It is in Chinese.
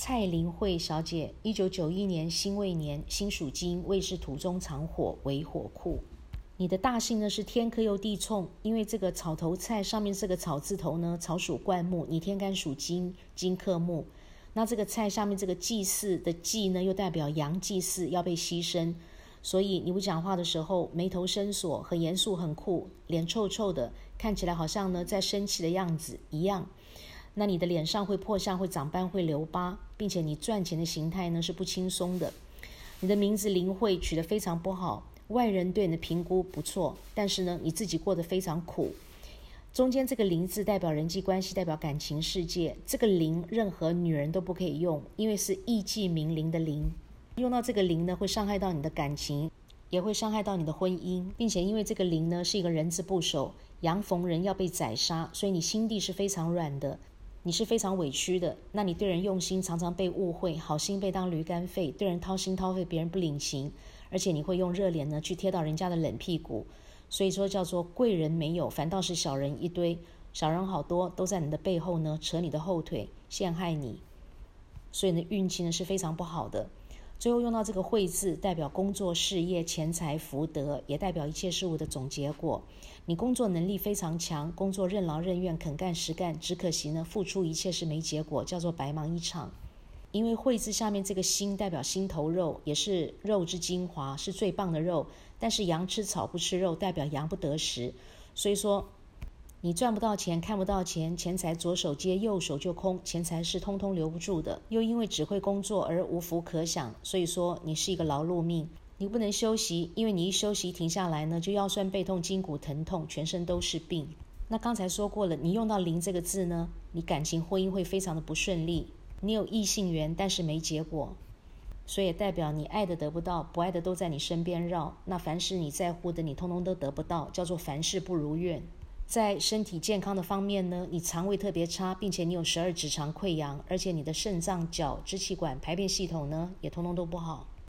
蔡林慧小姐，1991年辛未年，辛属金，未是土中藏火，为火库。你的大姓呢是天克又地冲，因为这个草头菜上面这个草字头呢，草属灌木，你天干属金，金克木。那这个菜下面这个祭祀的祭呢，又代表阳祭祀要被牺牲，所以你不讲话的时候，眉头深锁，很严肃很酷，脸臭臭的，看起来好像呢在生气的样子一样。那你的脸上会破相，会长斑，会留疤，并且你赚钱的形态呢是不轻松的。你的名字林慧取得非常不好，外人对你的评估不错，但是呢你自己过得非常苦。中间这个林字代表人际关系，代表感情世界，这个林任何女人都不可以用，因为是意气名伶的伶，用到这个林呢会伤害到你的感情，也会伤害到你的婚姻，并且因为这个林呢是一个人字部首，阳逢人要被宰杀，所以你心地是非常软的，你是非常委屈的。那你对人用心常常被误会，好心被当驴肝肺，对人掏心掏肺，别人不领情，而且你会用热脸呢去贴到人家的冷屁股，所以说叫做贵人没有，反倒是小人一堆，小人好多都在你的背后呢扯你的后腿，陷害你，所以呢运气呢是非常不好的。最后用到这个慧字，代表工作事业钱财福德，也代表一切事物的总结果。你工作能力非常强，工作任劳任怨，肯干实干，只可惜呢付出一切是没结果，叫做白忙一场。因为慧字下面这个心代表心头肉，也是肉之精华，是最棒的肉，但是羊吃草不吃肉，代表羊不得食，所以说你赚不到钱，看不到钱，钱财左手接右手就空，钱财是通通留不住的。又因为只会工作而无福可享，所以说你是一个劳碌命，你不能休息，因为你一休息停下来呢，就腰酸背痛，筋骨疼痛，全身都是病。那刚才说过了，你用到林这个字呢，你感情婚姻会非常的不顺利，你有异性缘，但是没结果，所以也代表你爱的得不到，不爱的都在你身边绕，那凡是你在乎的你通通都得不到，叫做凡事不如愿。在身体健康的方面呢，你肠胃特别差，并且你有12指肠溃疡，而且你的肾脏、脚、支气管、排便系统呢也通通都不好。